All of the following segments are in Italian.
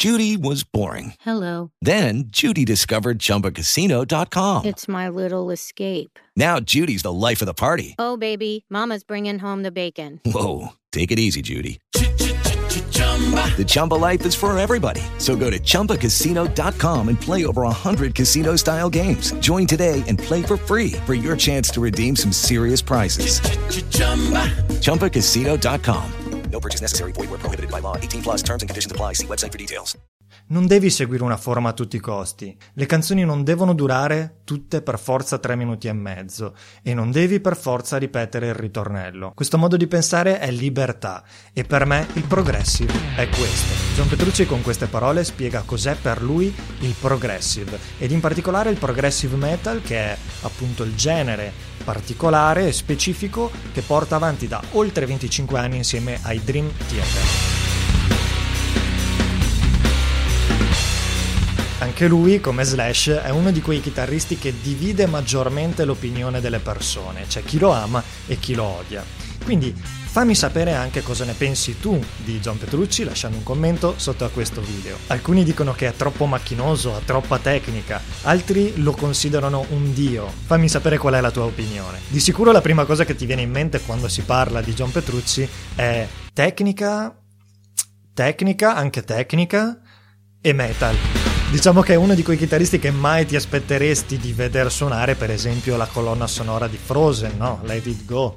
Judy was boring. Hello. Then Judy discovered ChumbaCasino.com. It's my little escape. Now Judy's the life of the party. Oh, baby, mama's bringing home the bacon. Whoa, take it easy, Judy. The Chumba life is for everybody. So go to ChumbaCasino.com and play over 100 casino-style games. Join today and play for free for your chance to redeem some serious prizes. ChumbaCasino.com. No purchase necessary. Void where prohibited by law. 18+ terms and conditions apply. See website for details. Non devi seguire una forma a tutti i costi. Le canzoni non devono durare tutte per forza 3 minuti e mezzo e non devi per forza ripetere il ritornello. Questo modo di pensare è libertà e per me il progressive è questo. John Petrucci con queste parole spiega cos'è per lui il progressive ed in particolare il progressive metal, che è appunto il genere particolare e specifico che porta avanti da oltre 25 anni insieme ai Dream Theater. Anche lui, come Slash, è uno di quei chitarristi che divide maggiormente l'opinione delle persone. C'è chi lo ama e chi lo odia. Quindi fammi sapere anche cosa ne pensi tu di John Petrucci lasciando un commento sotto a questo video. Alcuni dicono che è troppo macchinoso, ha troppa tecnica, altri lo considerano un dio. Fammi sapere qual è la tua opinione. Di sicuro la prima cosa che ti viene in mente quando si parla di John Petrucci è tecnica e metal. Diciamo che è uno di quei chitarristi che mai ti aspetteresti di veder suonare, per esempio, la colonna sonora di Frozen, no? Let It Go.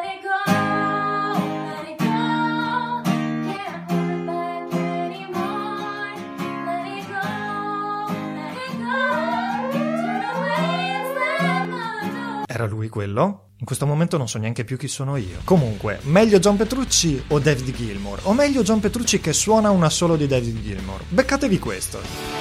Era lui quello? In questo momento non so neanche più chi sono io. Comunque, meglio John Petrucci o David Gilmour? O meglio John Petrucci che suona una solo di David Gilmour? Beccatevi questo.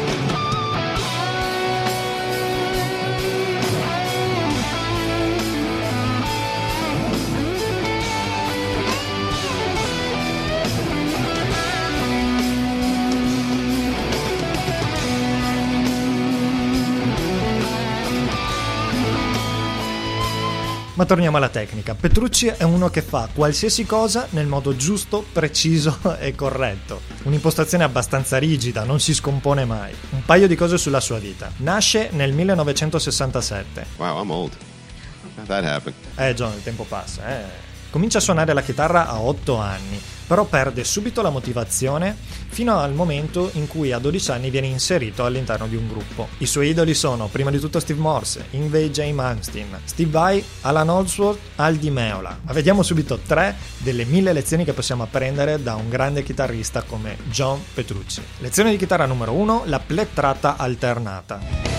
Ma torniamo alla tecnica. Petrucci è uno che fa qualsiasi cosa nel modo giusto, preciso e corretto. Un'impostazione abbastanza rigida, non si scompone mai. Un paio di cose sulla sua vita. Nasce nel 1967. Wow, I'm old. How'd that happen? John, il tempo passa, Comincia a suonare la chitarra a 8 anni, però perde subito la motivazione fino al momento in cui a 12 anni viene inserito all'interno di un gruppo. I suoi idoli sono prima di tutto Steve Morse, Yngwie J. Malmsteen, Steve Vai, Alan Holdsworth, Al Di Meola. Ma vediamo subito 3 delle 1000 lezioni che possiamo apprendere da un grande chitarrista come John Petrucci. Lezione di chitarra numero 1, la plettrata alternata.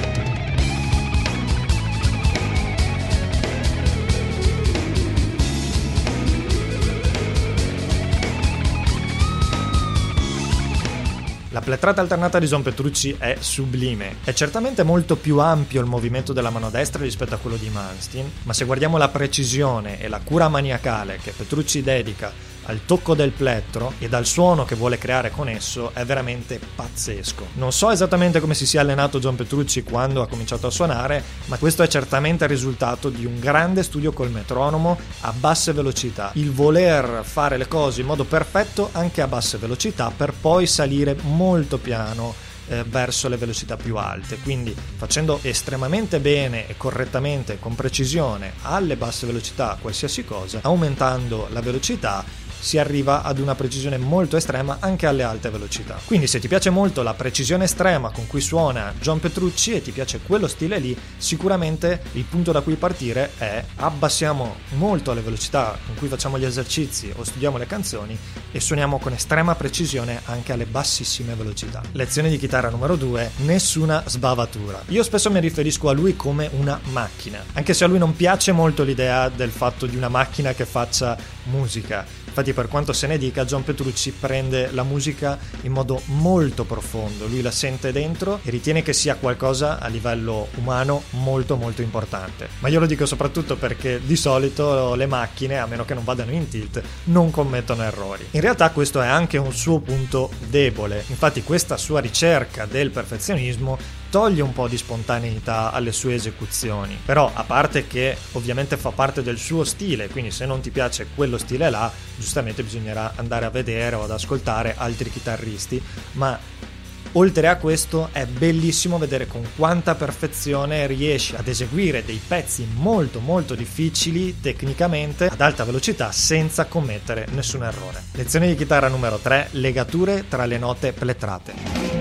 La plettrata alternata di John Petrucci è sublime. È certamente molto più ampio il movimento della mano destra rispetto a quello di Malmsteen, ma se guardiamo la precisione e la cura maniacale che Petrucci dedica al tocco del plettro e dal suono che vuole creare con esso è veramente pazzesco. Non so esattamente come si sia allenato John Petrucci quando ha cominciato a suonare, ma questo è certamente il risultato di un grande studio col metronomo a basse velocità. Il voler fare le cose in modo perfetto anche a basse velocità per poi salire molto piano verso le velocità più alte, quindi facendo estremamente bene e correttamente con precisione alle basse velocità qualsiasi cosa, aumentando la velocità si arriva ad una precisione molto estrema anche alle alte velocità. Quindi se ti piace molto la precisione estrema con cui suona John Petrucci e ti piace quello stile lì, sicuramente il punto da cui partire è abbassiamo molto le velocità con cui facciamo gli esercizi o studiamo le canzoni e suoniamo con estrema precisione anche alle bassissime velocità. Lezione di chitarra numero 2, nessuna sbavatura. Io spesso mi riferisco a lui come una macchina, anche se a lui non piace molto l'idea del fatto di una macchina che faccia musica. Infatti, per quanto se ne dica, John Petrucci prende la musica in modo molto profondo, lui la sente dentro e ritiene che sia qualcosa a livello umano molto molto importante. Ma io lo dico soprattutto perché di solito le macchine, a meno che non vadano in tilt, non commettono errori. In realtà questo è anche un suo punto debole, infatti questa sua ricerca del perfezionismo toglie un po' di spontaneità alle sue esecuzioni. Però, a parte che ovviamente fa parte del suo stile, quindi se non ti piace quello stile là, giustamente bisognerà andare a vedere o ad ascoltare altri chitarristi, ma oltre a questo è bellissimo vedere con quanta perfezione riesce ad eseguire dei pezzi molto molto difficili tecnicamente ad alta velocità senza commettere nessun errore. Lezione di chitarra numero 3: legature tra le note plettrate.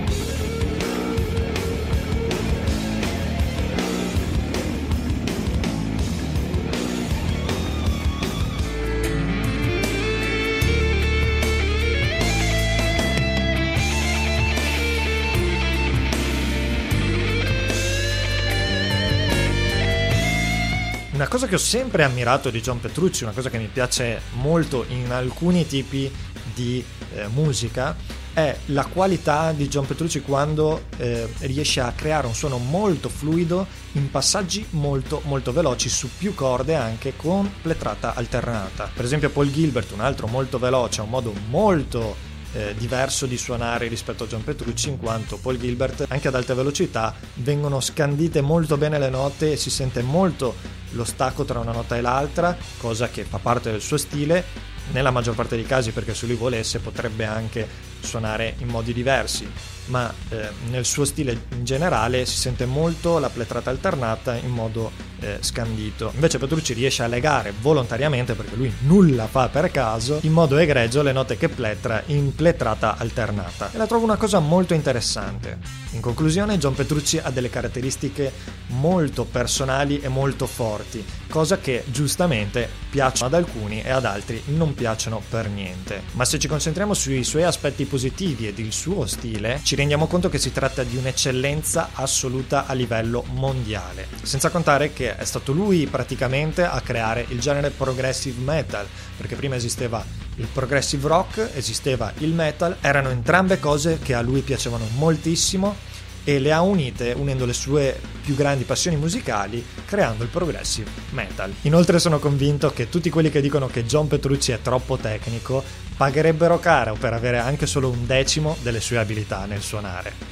Una cosa che ho sempre ammirato di John Petrucci, una cosa che mi piace molto in alcuni tipi di musica, è la qualità di John Petrucci quando riesce a creare un suono molto fluido in passaggi molto molto veloci su più corde, anche con plettrata alternata. Per esempio Paul Gilbert, un altro molto veloce, ha un modo molto diverso di suonare rispetto a John Petrucci, in quanto Paul Gilbert anche ad alta velocità vengono scandite molto bene le note e si sente molto lo stacco tra una nota e l'altra, cosa che fa parte del suo stile. Nella maggior parte dei casi, perché se lui volesse potrebbe anche suonare in modi diversi, ma nel suo stile in generale si sente molto la plettrata alternata in modo scandito. Invece Petrucci riesce a legare volontariamente, perché lui nulla fa per caso, in modo egregio le note che plettra in plettrata alternata, e la trovo una cosa molto interessante. In conclusione, John Petrucci ha delle caratteristiche molto personali e molto forti, cosa che giustamente piacciono ad alcuni e ad altri non piacciono per niente. Ma se ci concentriamo sui suoi aspetti positivi ed il suo stile, ci rendiamo conto che si tratta di un'eccellenza assoluta a livello mondiale. Senza contare che è stato lui praticamente a creare il genere progressive metal, perché prima esisteva il progressive rock, esisteva il metal, erano entrambe cose che a lui piacevano moltissimo e le ha unite unendo le sue più grandi passioni musicali, creando il progressive metal. Inoltre sono convinto che tutti quelli che dicono che John Petrucci è troppo tecnico pagherebbero caro per avere anche solo un decimo delle sue abilità nel suonare.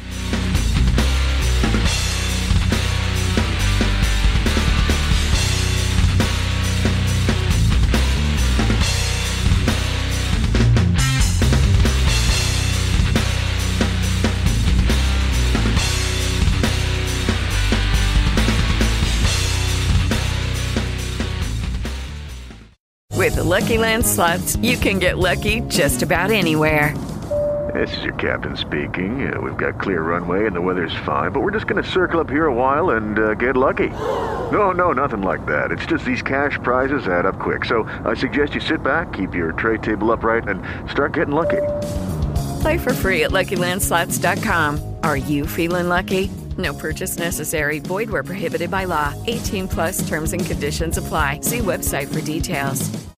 With the Lucky Land Slots, you can get lucky just about anywhere. This is your captain speaking. We've got clear runway and the weather's fine, but we're just going to circle up here a while and get lucky. No, nothing like that. It's just these cash prizes add up quick. So I suggest you sit back, keep your tray table upright, and start getting lucky. Play for free at LuckyLandSlots.com. Are you feeling lucky? No purchase necessary. Void where prohibited by law. 18+ terms and conditions apply. See website for details.